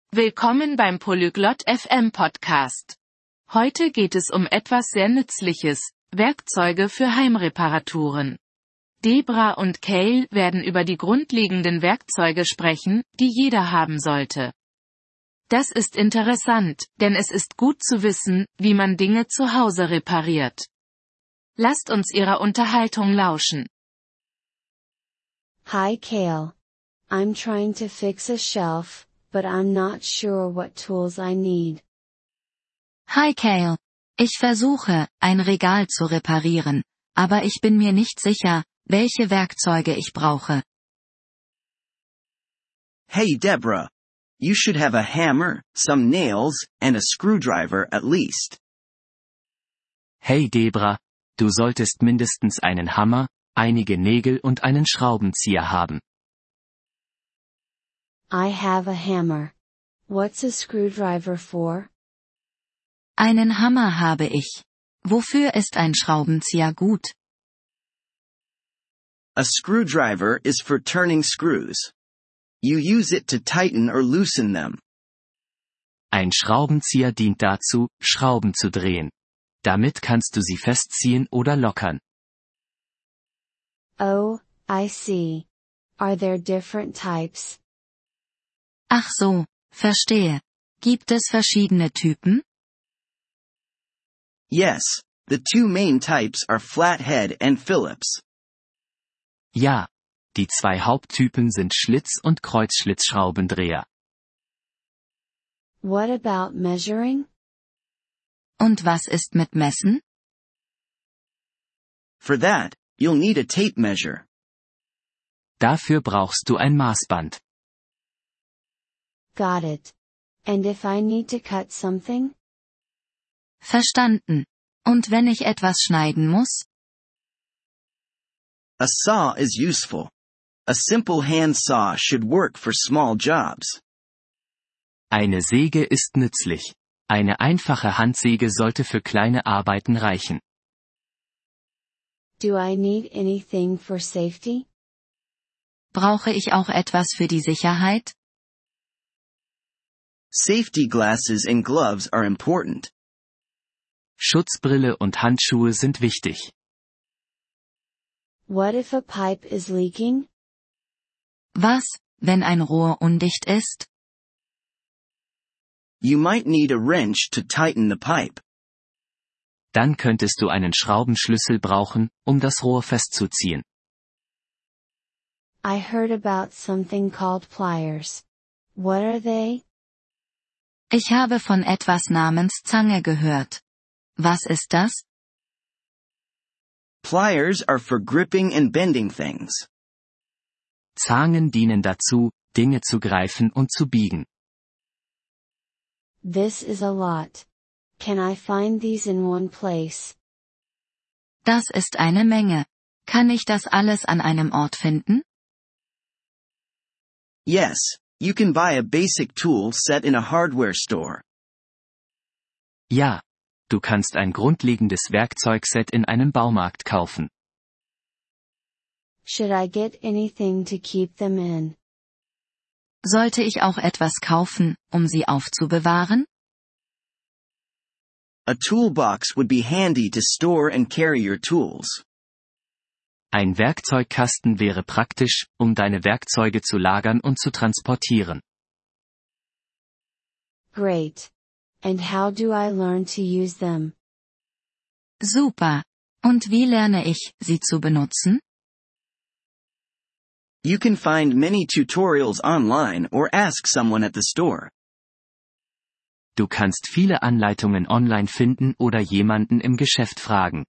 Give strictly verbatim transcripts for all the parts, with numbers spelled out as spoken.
Willkommen beim Polyglot F M Podcast. Heute geht es um etwas sehr Nützliches, Werkzeuge für Heimreparaturen. Debra und Cale werden über die grundlegenden Werkzeuge sprechen, die jeder haben sollte. Das ist interessant, denn es ist gut zu wissen, wie man Dinge zu Hause repariert. Lasst uns ihrer Unterhaltung lauschen. Hi Cale. I'm trying to fix a shelf, but I'm not sure what tools I need. Hi Cale. Ich versuche, ein Regal zu reparieren, aber ich bin mir nicht sicher, welche Werkzeuge ich brauche. Hey Debra. You should have a hammer, some nails, and a screwdriver at least. Hey Debra, du solltest mindestens einen Hammer, einige Nägel und einen Schraubenzieher haben. I have a hammer. What's a screwdriver for? Einen Hammer habe ich. Wofür ist ein Schraubenzieher gut? A screwdriver is for turning screws. You use it to tighten or loosen them. Ein Schraubenzieher dient dazu, Schrauben zu drehen. Damit kannst du sie festziehen oder lockern. Oh, I see. Are there different types? Ach so, verstehe. Gibt es verschiedene Typen? Yes, the two main types are flathead and Phillips. Ja, die zwei Haupttypen sind Schlitz- und Kreuzschlitzschraubendreher. What about measuring? Und was ist mit Messen? For that, you'll need a tape measure. Dafür brauchst du ein Maßband. Got it. And if I need to cut something? Verstanden. Und wenn ich etwas schneiden muss? A saw is useful. A simple hand saw should work for small jobs. Eine Säge ist nützlich. Eine einfache Handsäge sollte für kleine Arbeiten reichen. Do I need anything for safety? Brauche ich auch etwas für die Sicherheit? Safety glasses and gloves are important. Schutzbrille und Handschuhe sind wichtig. What if a pipe is leaking? Was, wenn ein Rohr undicht ist? You might need a wrench to tighten the pipe. Dann könntest du einen Schraubenschlüssel brauchen, um das Rohr festzuziehen. I heard about something called pliers. What are they? Ich habe von etwas namens Zange gehört. Was ist das? Pliers are for gripping and bending things. Zangen dienen dazu, Dinge zu greifen und zu biegen. This is a lot. Can I find these in one place? Das ist eine Menge. Kann ich das alles an einem Ort finden? Yes, you can buy a basic tool set in a hardware store. Ja, du kannst ein grundlegendes Werkzeugset in einem Baumarkt kaufen. Should I get anything to keep them in? Sollte ich auch etwas kaufen, um sie aufzubewahren? A toolbox would be handy to store and carry your tools. Ein Werkzeugkasten wäre praktisch, um deine Werkzeuge zu lagern und zu transportieren. Great. And how do I learn to use them? Super. Und wie lerne ich, sie zu benutzen? You can find many tutorials online or ask someone at the store. Du kannst viele Anleitungen online finden oder jemanden im Geschäft fragen.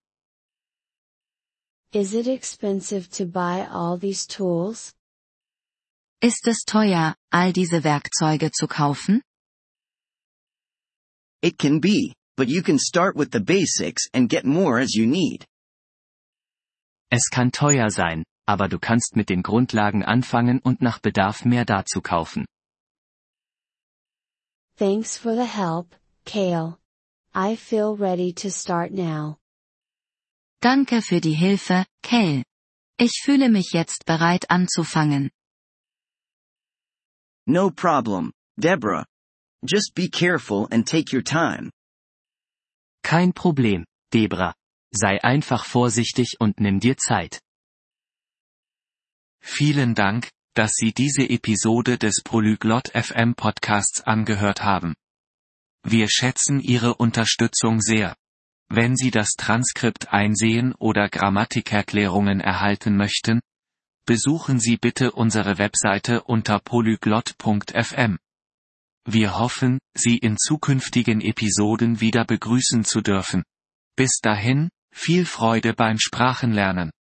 Is it expensive to buy all these tools? Ist es teuer, all diese Werkzeuge zu kaufen? It can be, but you can start with the basics and get more as you need. Es kann teuer sein, aber du kannst mit den Grundlagen anfangen und nach Bedarf mehr dazu kaufen. Thanks for the help, Cale. I feel ready to start now. Danke für die Hilfe, Cale. Ich fühle mich jetzt bereit anzufangen. No problem, Debra. Just be careful and take your time. Kein Problem, Debra. Sei einfach vorsichtig und nimm dir Zeit. Vielen Dank, dass Sie diese Episode des Polyglot F M Podcasts angehört haben. Wir schätzen Ihre Unterstützung sehr. Wenn Sie das Transkript einsehen oder Grammatikerklärungen erhalten möchten, besuchen Sie bitte unsere Webseite unter polyglot punkt f m. Wir hoffen, Sie in zukünftigen Episoden wieder begrüßen zu dürfen. Bis dahin, viel Freude beim Sprachenlernen.